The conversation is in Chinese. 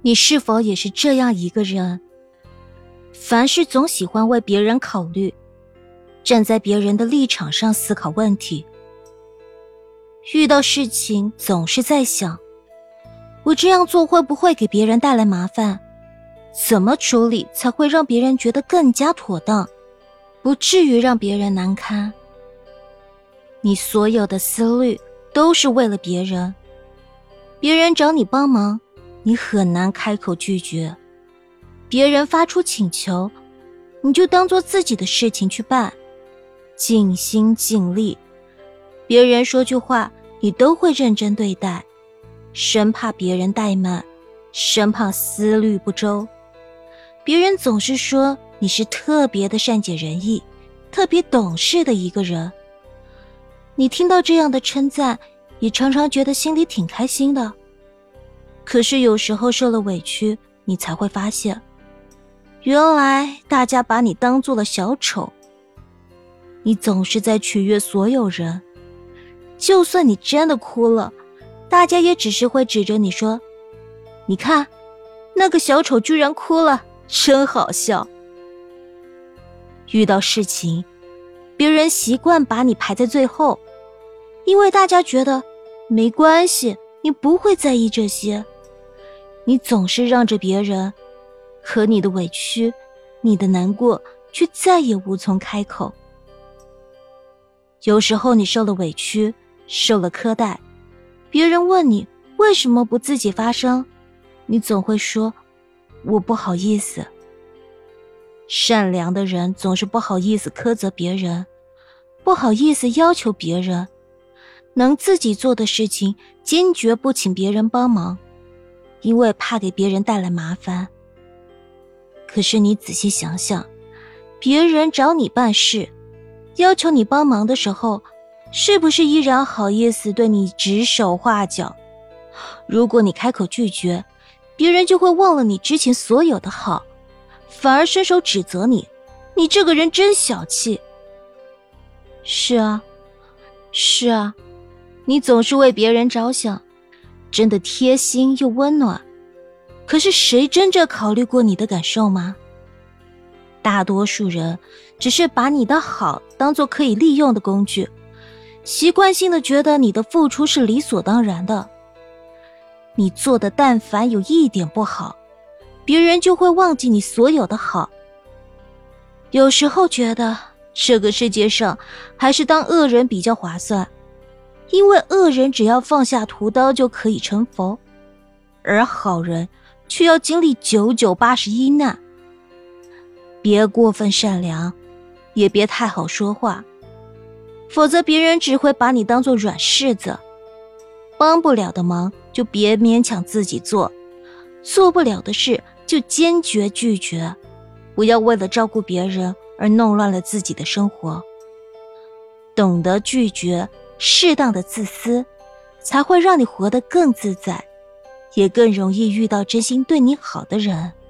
你是否也是这样一个人？凡事总喜欢为别人考虑，站在别人的立场上思考问题。遇到事情总是在想，我这样做会不会给别人带来麻烦？怎么处理才会让别人觉得更加妥当，不至于让别人难堪？你所有的思虑都是为了别人，别人找你帮忙，你很难开口拒绝。别人发出请求，你就当做自己的事情去办，尽心尽力。别人说句话，你都会认真对待，生怕别人怠慢，生怕思虑不周。别人总是说你是特别的善解人意，特别懂事的一个人。你听到这样的称赞，也常常觉得心里挺开心的。可是有时候受了委屈，你才会发现，原来大家把你当做了小丑。你总是在取悦所有人，就算你真的哭了，大家也只是会指着你说，你看，那个小丑居然哭了，真好笑。遇到事情，别人习惯把你排在最后，因为大家觉得没关系，你不会在意这些。你总是让着别人，可你的委屈，你的难过，却再也无从开口。有时候你受了委屈，受了苛待，别人问你为什么不自己发声，你总会说，我不好意思。善良的人总是不好意思苛责别人，不好意思要求别人，能自己做的事情坚决不请别人帮忙，因为怕给别人带来麻烦。可是你仔细想想，别人找你办事，要求你帮忙的时候，是不是依然好意思对你指手画脚？如果你开口拒绝，别人就会忘了你之前所有的好，反而伸手指责你，你这个人真小气。是啊，你总是为别人着想，真的贴心又温暖。可是谁真正考虑过你的感受吗？大多数人只是把你的好当作可以利用的工具，习惯性的觉得你的付出是理所当然的。你做的但凡有一点不好，别人就会忘记你所有的好。有时候觉得这个世界上还是当恶人比较划算，因为恶人只要放下屠刀就可以成佛，而好人却要经历9981难。别过分善良，也别太好说话，否则别人只会把你当作软柿子。帮不了的忙就别勉强自己做，做不了的事就坚决拒绝，不要为了照顾别人而弄乱了自己的生活。懂得拒绝，适当的自私，才会让你活得更自在，也更容易遇到真心对你好的人。